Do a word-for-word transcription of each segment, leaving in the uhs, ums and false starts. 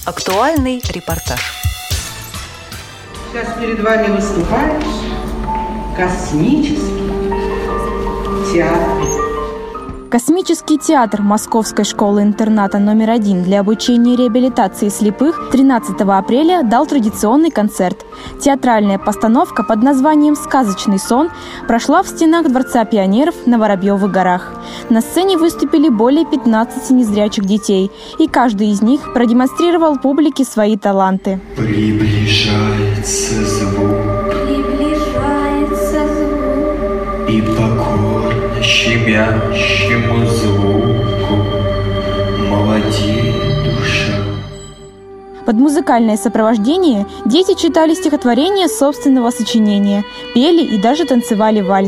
Актуальный репортаж. Сейчас перед вами выступает космический театр. Космический театр Московской школы-интерната номер один для обучения и реабилитации слепых тринадцатого апреля дал традиционный концерт. Театральная постановка под названием «Сказочный сон» прошла в стенах Дворца пионеров на Воробьевых горах. На сцене выступили более пятнадцати незрячих детей, и каждый из них продемонстрировал публике свои таланты. Приближается звук, Приближается звук, и покорно щемящему звуку молодеет душа. Под музыкальное сопровождение дети читали стихотворения собственного сочинения, пели и даже танцевали вальс.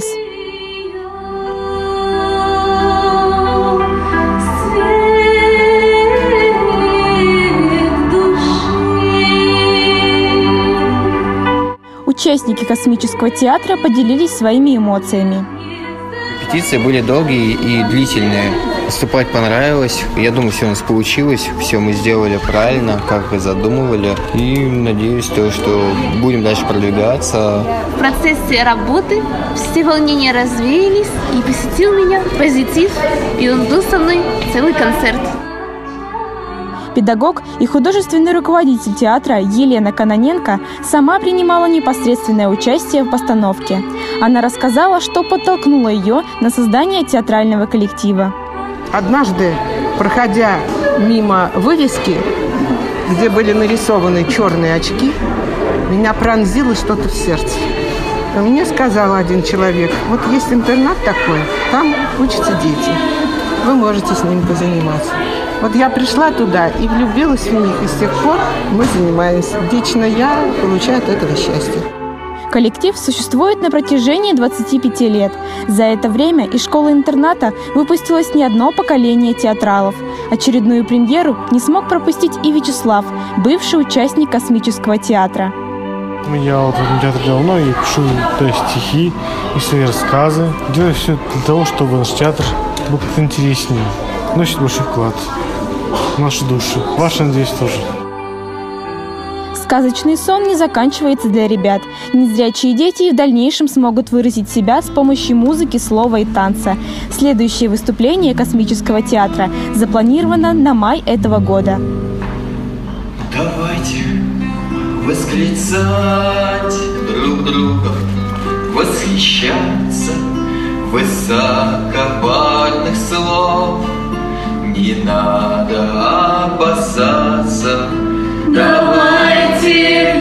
Участники космического театра поделились своими эмоциями. Репетиции были долгие и длительные. Выступать понравилось. Я думаю, все у нас получилось. Все мы сделали правильно, как и задумывали. И надеюсь, то, что будем дальше продвигаться. В процессе работы все волнения развеялись, и посетил меня позитив, и он был со мной целый концерт. Педагог и художественный руководитель театра Елена Кононенко сама принимала непосредственное участие в постановке. Она рассказала, что подтолкнуло ее на создание театрального коллектива. Однажды, проходя мимо вывески, где были нарисованы черные очки, меня пронзило что-то в сердце. И мне сказал один человек: вот есть интернат такой, там учатся дети, вы можете с ним позаниматься. Вот я пришла туда и влюбилась в них, и с тех пор мы занимаемся. Лично я получаю от этого счастье. Коллектив существует на протяжении двадцати пяти лет. За это время из школы-интерната выпустилось не одно поколение театралов. Очередную премьеру не смог пропустить и Вячеслав, бывший участник космического театра. Я вот в этом театре давно и пишу то есть, стихи и свои рассказы. Делаю все для того, чтобы наш театр был как-то интереснее. Носит большой вклад в наши души. Ваши, надеюсь, тоже. Сказочный сон не заканчивается для ребят. Незрячие дети и в дальнейшем смогут выразить себя с помощью музыки, слова и танца. Следующее выступление космического театра запланировано на май этого года. Давайте восклицать друг друга, восхищаться высокопарных слов. Не надо опасаться. Давайте